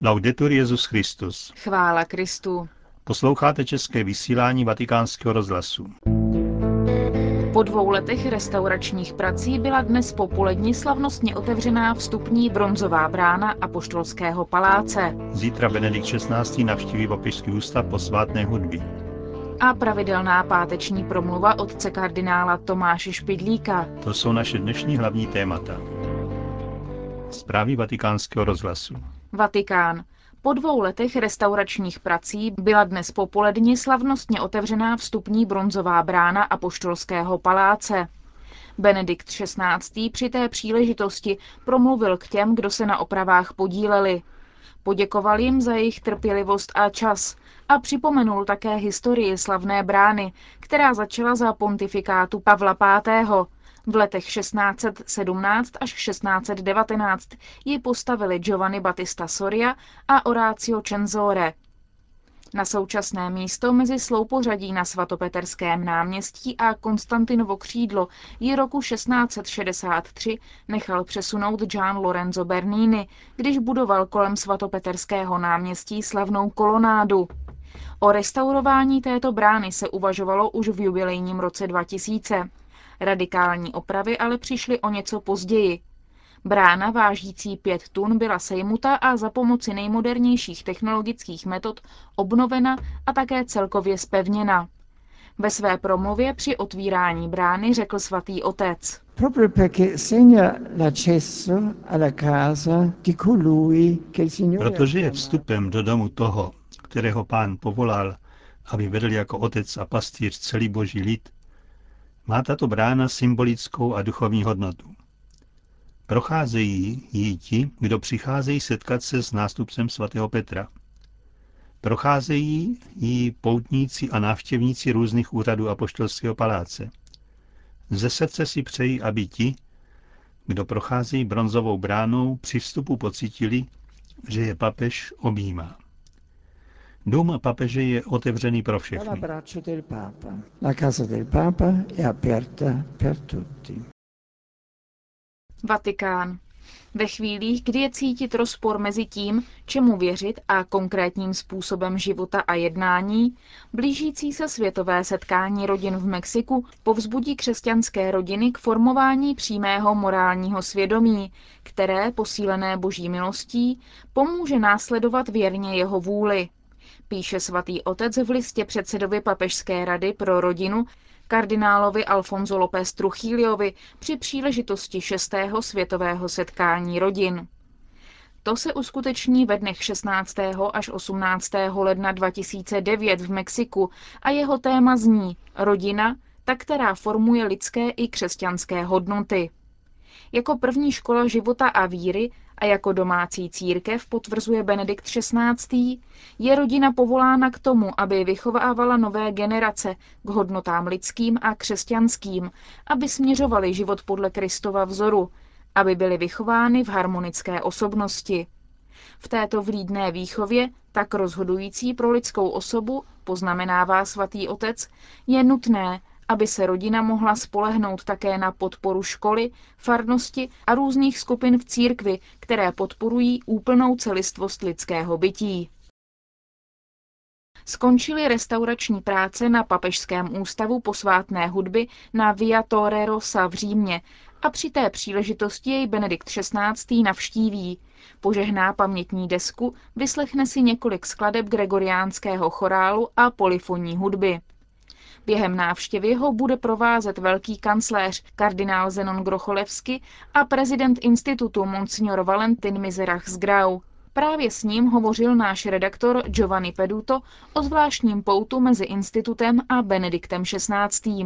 Laudetur Jesus Christus. Chvála Kristu. Posloucháte české vysílání Vatikánského rozhlasu. Po 2 letech restauračních prací byla dnes popolední slavnostně otevřená vstupní bronzová brána Apoštolského paláce. Zítra Benedikt XVI. Navštíví Papežský ústav posvátné hudby. A pravidelná páteční promluva otce kardinála Tomáše Špidlíka. To jsou naše dnešní hlavní témata. Zprávy Vatikánského rozhlasu. Vatikán. Po 2 letech restauračních prací byla dnes popolední slavnostně otevřená vstupní bronzová brána Apoštolského paláce. Benedikt XVI. Při té příležitosti promluvil k těm, kdo se na opravách podíleli. Poděkoval jim za jejich trpělivost a čas a připomenul také historii slavné brány, která začala za pontifikátu Pavla V. V letech 1617 až 1619 ji postavili Giovanni Battista Soria a Orazio Censore. Na současné místo mezi sloupořadí na svatopeterském náměstí a Konstantinovo křídlo ji roku 1663 nechal přesunout Gian Lorenzo Bernini, když budoval kolem svatopeterského náměstí slavnou kolonádu. O restaurování této brány se uvažovalo už v jubilejním roce 2000. Radikální opravy ale přišly o něco později. Brána vážící 5 tun byla sejmuta a za pomoci nejmodernějších technologických metod obnovena a také celkově zpevněna. Ve své promluvě při otvírání brány řekl svatý otec. Protože je vstupem do domu toho, kterého Pán povolal, aby vedl jako otec a pastýř celý boží lid, má tato brána symbolickou a duchovní hodnotu. Procházejí jí ti, kdo přicházejí setkat se s nástupcem svatého Petra. Procházejí jí poutníci a návštěvníci různých úřadů Apoštolského paláce. Ze srdce si přejí, aby ti, kdo procházejí bronzovou bránou, při vstupu pocítili, že je papež objímá. Dům papeže je otevřený pro všechny. Vatikán. Ve chvílích, kdy je cítit rozpor mezi tím, čemu věřit a konkrétním způsobem života a jednání, blížící se světové setkání rodin v Mexiku povzbudí křesťanské rodiny k formování přímého morálního svědomí, které, posílené boží milostí, pomůže následovat věrně jeho vůli. Píše svatý otec v listě předsedovi Papežské rady pro rodinu kardinálovi Alfonso López Trujillovi při příležitosti 6. světového setkání rodin. To se uskuteční ve dnech 16. až 18. ledna 2009 v Mexiku a jeho téma zní Rodina, ta, která formuje lidské i křesťanské hodnoty. Jako první škola života a víry a jako domácí církev, potvrzuje Benedikt XVI., je rodina povolána k tomu, aby vychovávala nové generace k hodnotám lidským a křesťanským, aby směřovali život podle Kristova vzoru, aby byly vychovány v harmonické osobnosti. V této vlídné výchově, tak rozhodující pro lidskou osobu, poznamenává svatý otec, je nutné, aby se rodina mohla spolehnout také na podporu školy, farnosti a různých skupin v církvi, které podporují úplnou celistvost lidského bytí. Skončily restaurační práce na Papežském ústavu posvátné hudby na Via Torre Rosa v Římě a při té příležitosti jej Benedikt XVI. Navštíví. Požehná pamětní desku, vyslechne si několik skladeb gregoriánského chorálu a polyfonní hudby. Během návštěvy ho bude provázet velký kancléř kardinál Zenon Grocholevsky a prezident institutu Monsignor Valentin Mizerach z Grau. Právě s ním hovořil náš redaktor Giovanni Peduto o zvláštním poutu mezi institutem a Benediktem XVI.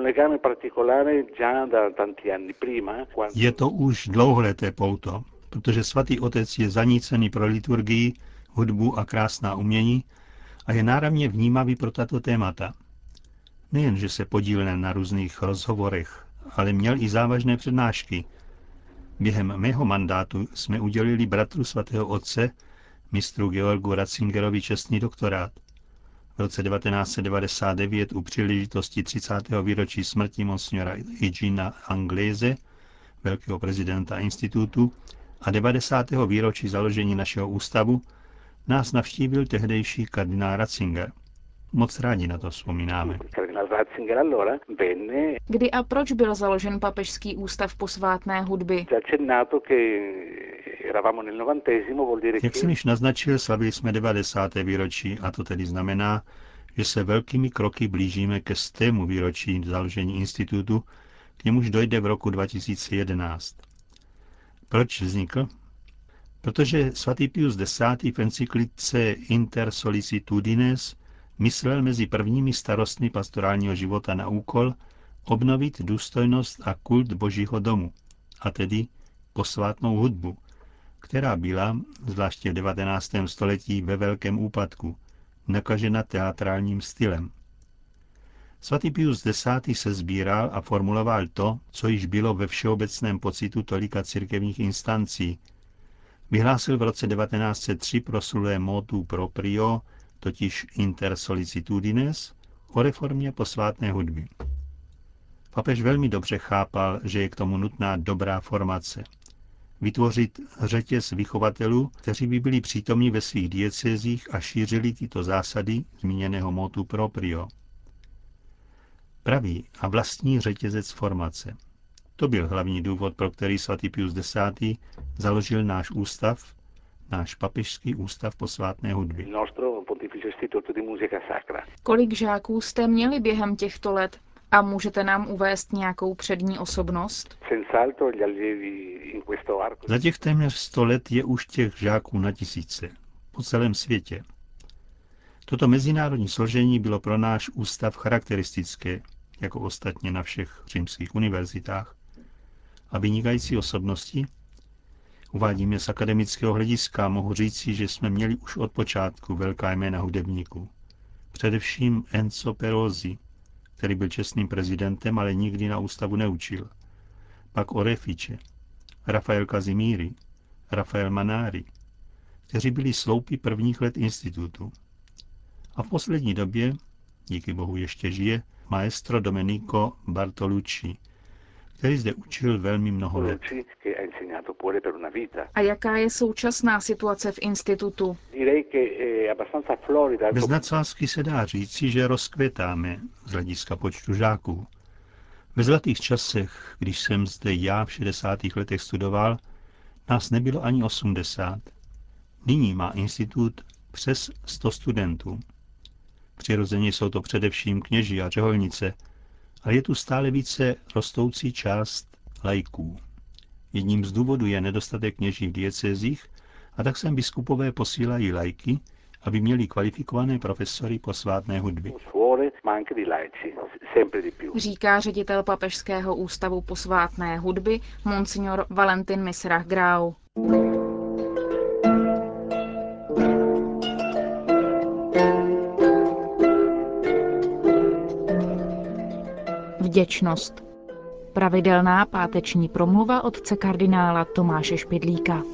Je to už dlouholeté pouto, protože svatý otec je zanícený pro liturgii, hudbu a krásná umění a je náramně vnímavý pro tato témata. Nejen, že se podílel na různých rozhovorech, ale měl i závažné přednášky. Během mého mandátu jsme udělili bratru svatého otce, mistru Georgu Ratzingerovi čestný doktorát. V roce 1999 u příležitosti 30. výročí smrti monsignora Eugena Anglese, velkého prezidenta institutu, a 90. výročí založení našeho ústavu nás navštívil tehdejší kardinál Ratzinger. Moc rádi na to vzpomínáme. Kdy a proč byl založen Papežský ústav posvátné hudby? Jak jsem již naznačil, slavili jsme 90. výročí a to tedy znamená, že se velkými kroky blížíme ke 100. výročí založení institutu, k němuž dojde v roku 2011. Proč vznikl? Protože svatý Pius X. v encyklice Inter Sollicitudines myslel mezi prvními starostmi pastorálního života na úkol obnovit důstojnost a kult Božího domu, a tedy posvátnou hudbu, která byla, zvláště v 19. století, ve velkém úpadku, nakažena teatrálním stylem. Svatý Pius X. se sbíral a formuloval to, co již bylo ve všeobecném pocitu tolika církevních instancí. Vyhlásil v roce 1903 proslulé motu proprio, totiž Inter Sollicitudines, o reformě posvátné hudby. Papež velmi dobře chápal, že je k tomu nutná dobrá formace. Vytvořit řetěz vychovatelů, kteří by byli přítomní ve svých diecézích a šířili tyto zásady zmíněného motu proprio. Pravý a vlastní řetězec formace. To byl hlavní důvod, pro který svatý Pius X. Založil náš ústav, náš papežský ústav posvátné hudby. Kolik žáků jste měli během těchto let? A můžete nám uvést nějakou přední osobnost? Za těch téměř 100 let je už těch žáků na tisíce. Po celém světě. Toto mezinárodní složení bylo pro náš ústav charakteristické, jako ostatně na všech římských univerzitách. A vynikající osobnosti? Uvádím je z akademického hlediska, mohu říci, že jsme měli už od počátku velká jména hudebníků. Především Enzo Perosi, který byl čestným prezidentem, ale nikdy na ústavu neučil. Pak Orefice, Rafael Casimiri, Rafael Manari, kteří byli sloupy prvních let institutu. A v poslední době, díky bohu ještě žije, maestro Domenico Bartolucci, který zde učil velmi mnoho let. A jaká je současná situace v institutu? Bez nadsázky se dá říci, že rozkvětáme z hlediska počtu žáků. Ve zlatých časech, když jsem zde já v 60. letech studoval, nás nebylo ani 80. Nyní má institut přes 100 studentů. Přirozeně jsou to především kněži a řeholnice, ale je tu stále více rostoucí část laiků. Jedním z důvodů je nedostatek kněží v diecézích a tak sem biskupové posílají laiky, aby měli kvalifikované profesory posvátné hudby. Říká ředitel Papežského ústavu posvátné hudby monsignor Valentin Misrach Grau. Vděčnost. Pravidelná páteční promluva otce kardinála Tomáše Špidlíka.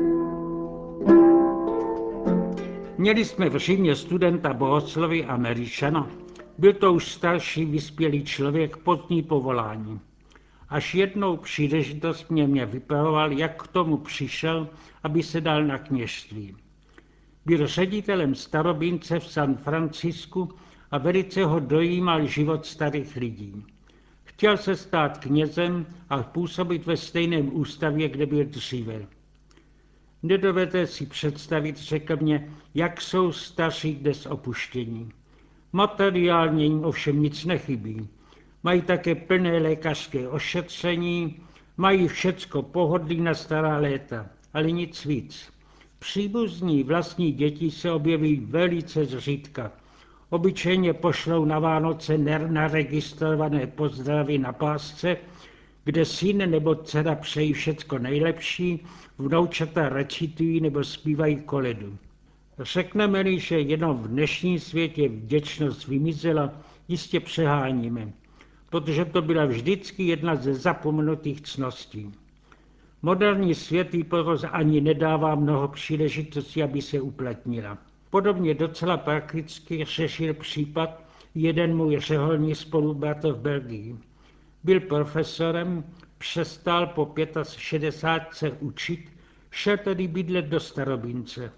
Měli jsme v Římě studenta bohoslovy Američana. Byl to už starší vyspělý člověk pozdní povolání. Až jednou příležitost mě vypravoval, jak k tomu přišel, aby se dal na kněžství. Byl ředitelem starobince v San Francisku a velice ho dojímal život starých lidí. Chtěl se stát knězem a působit ve stejném ústavě, kde byl dříve. Nedovedete si představit, řekl mě, jak jsou staří dnes opuštění. Materiálně jim ovšem nic nechybí. Mají také plné lékařské ošetření, mají všecko pohodlí na stará léta, ale nic víc. Příbuzní vlastní děti se objeví velice zřídka. Obyčejně pošlou na Vánoce naregistrované pozdravy na pásce, kde syn nebo dcera přejí všecko nejlepší, vnoučata recitují nebo zpívají koledu. Řekneme-li, že jenom v dnešním světě vděčnost vymizela, jistě přeháníme, protože to byla vždycky jedna ze zapomenutých cností. Moderní svět jí proto ani nedává mnoho příležitostí, aby se uplatnila. Podobně docela prakticky řešil případ jeden můj řeholní spolubratr v Belgii. Byl profesorem, přestal po 65 učit, šel tedy bydlet do starobince.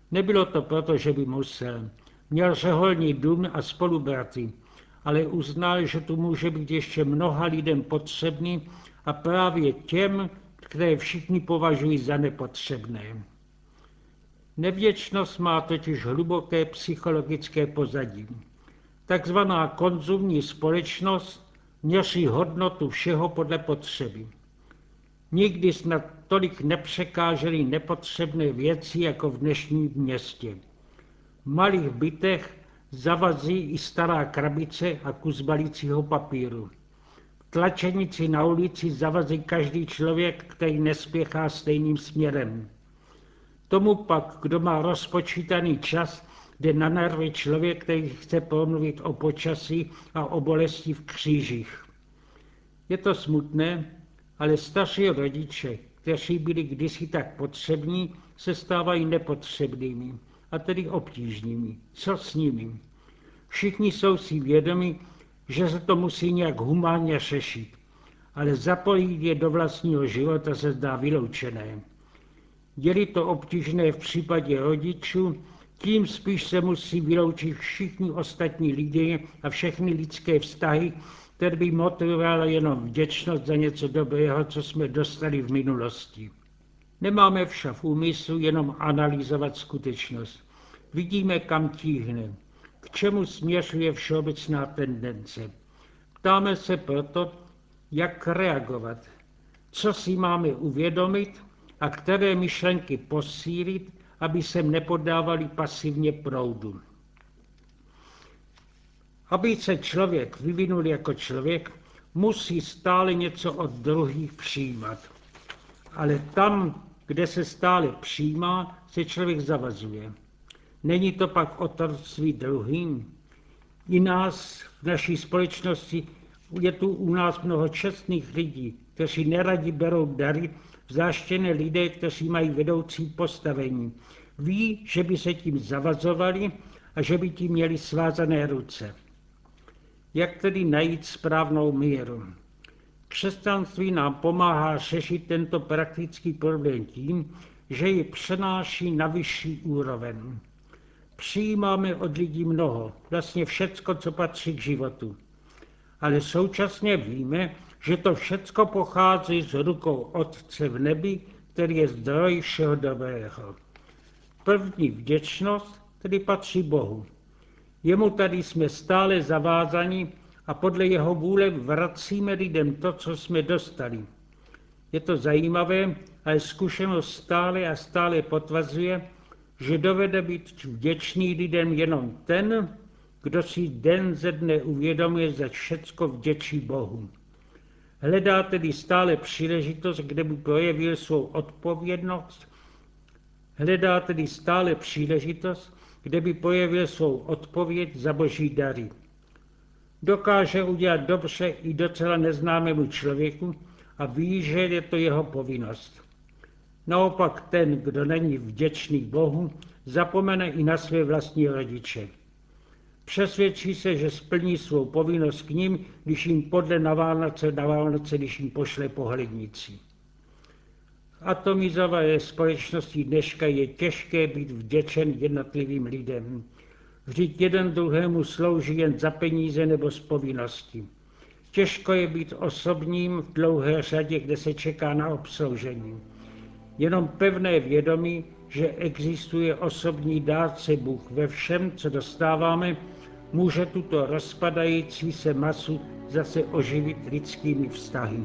Nebylo to proto, že by musel. Měl řeholní dům a spolubratry, ale uznal, že tu může být ještě mnoha lidem potřebný a právě těm, které všichni považují za nepotřebné. Nevděčnost má totiž hluboké psychologické pozadí. Takzvaná konzumní společnost měří hodnotu všeho podle potřeby. Nikdy snad tolik nepřekážely nepotřebné věci jako v dnešním městě. V malých bytech zavazí i stará krabice a kus balícího papíru. V tlačenici na ulici zavazí každý člověk, který nespěchá stejným směrem. Tomu pak, kdo má rozpočítaný čas, jde na nervy člověk, který chce promluvit o počasí a o bolesti v křížích. Je to smutné, ale starší rodiče, kteří byli kdysi tak potřební, se stávají nepotřebnými, a tedy obtížnými. Co s nimi? Všichni jsou si vědomi, že se to musí nějak humánně řešit, ale zapojit je do vlastního života se zdá vyloučené. Je-li to obtížné v případě rodičů, tím spíš se musí vyloučit všichni ostatní lidé a všechny lidské vztahy, které by motivovaly jenom vděčnost za něco dobrého, co jsme dostali v minulosti. Nemáme však v úmyslu jenom analyzovat skutečnost. Vidíme, kam tíhne, k čemu směřuje všeobecná tendence. Ptáme se proto, jak reagovat, co si máme uvědomit a které myšlenky posílit, aby se nepodávali pasivně proudu. Aby se člověk vyvinul jako člověk, musí stále něco od druhých přijímat. Ale tam, kde se stále přijímá, se člověk zavazuje. Není to pak otroctví druhým? I nás v naší společnosti je tu u nás mnoho čestných lidí, kteří neradi berou dary, zvláště lidé, kteří mají vedoucí postavení. Ví, že by se tím zavazovali a že by tím měli svázané ruce. Jak tedy najít správnou míru? Křesťanství nám pomáhá řešit tento praktický problém tím, že ji přenáší na vyšší úroveň. Přijímáme od lidí mnoho, vlastně všecko, co patří k životu. Ale současně víme, že to všecko pochází z rukou Otce v nebi, který je zdroj všeho dobrého. První vděčnost tedy patří Bohu. Jemu tady jsme stále zavázaní a podle jeho vůle vracíme lidem to, co jsme dostali. Je to zajímavé, ale zkušenost stále a stále potvrzuje, že dovede být vděčný lidem jenom ten, kdo si den ze dne uvědomuje, za všecko vděčí Bohu. Hledá tedy stále příležitost, kde by projevil svou odpovědnost, kde by projevil svou odpověď za Boží dary. Dokáže udělat dobře i docela neznámému člověku a ví, že je to jeho povinnost. Naopak ten, kdo není vděčný Bohu, zapomene i na své vlastní rodiče. Přesvědčí se, že splní svou povinnost k nim, když jim podle na Vánoce, když jim pošle pohlednici. V atomizované společnosti dneška je těžké být vděčen jednotlivým lidem. Vždyť jeden druhému slouží jen za peníze nebo z povinnosti. Těžko je být osobním v dlouhé řadě, kde se čeká na obsloužení. Jenom pevné vědomí, že existuje osobní dárce Bůh ve všem, co dostáváme, může tuto rozpadající se masu zase oživit lidskými vztahy.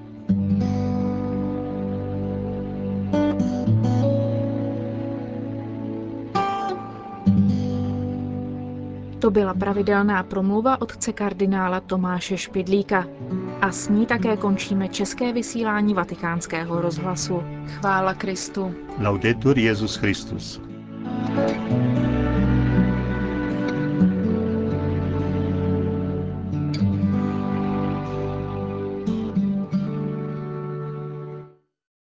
To byla pravidelná promluva otce kardinála Tomáše Špidlíka. A s ní také končíme české vysílání Vatikánského rozhlasu. Chvála Kristu. Laudetur Jesus Christus.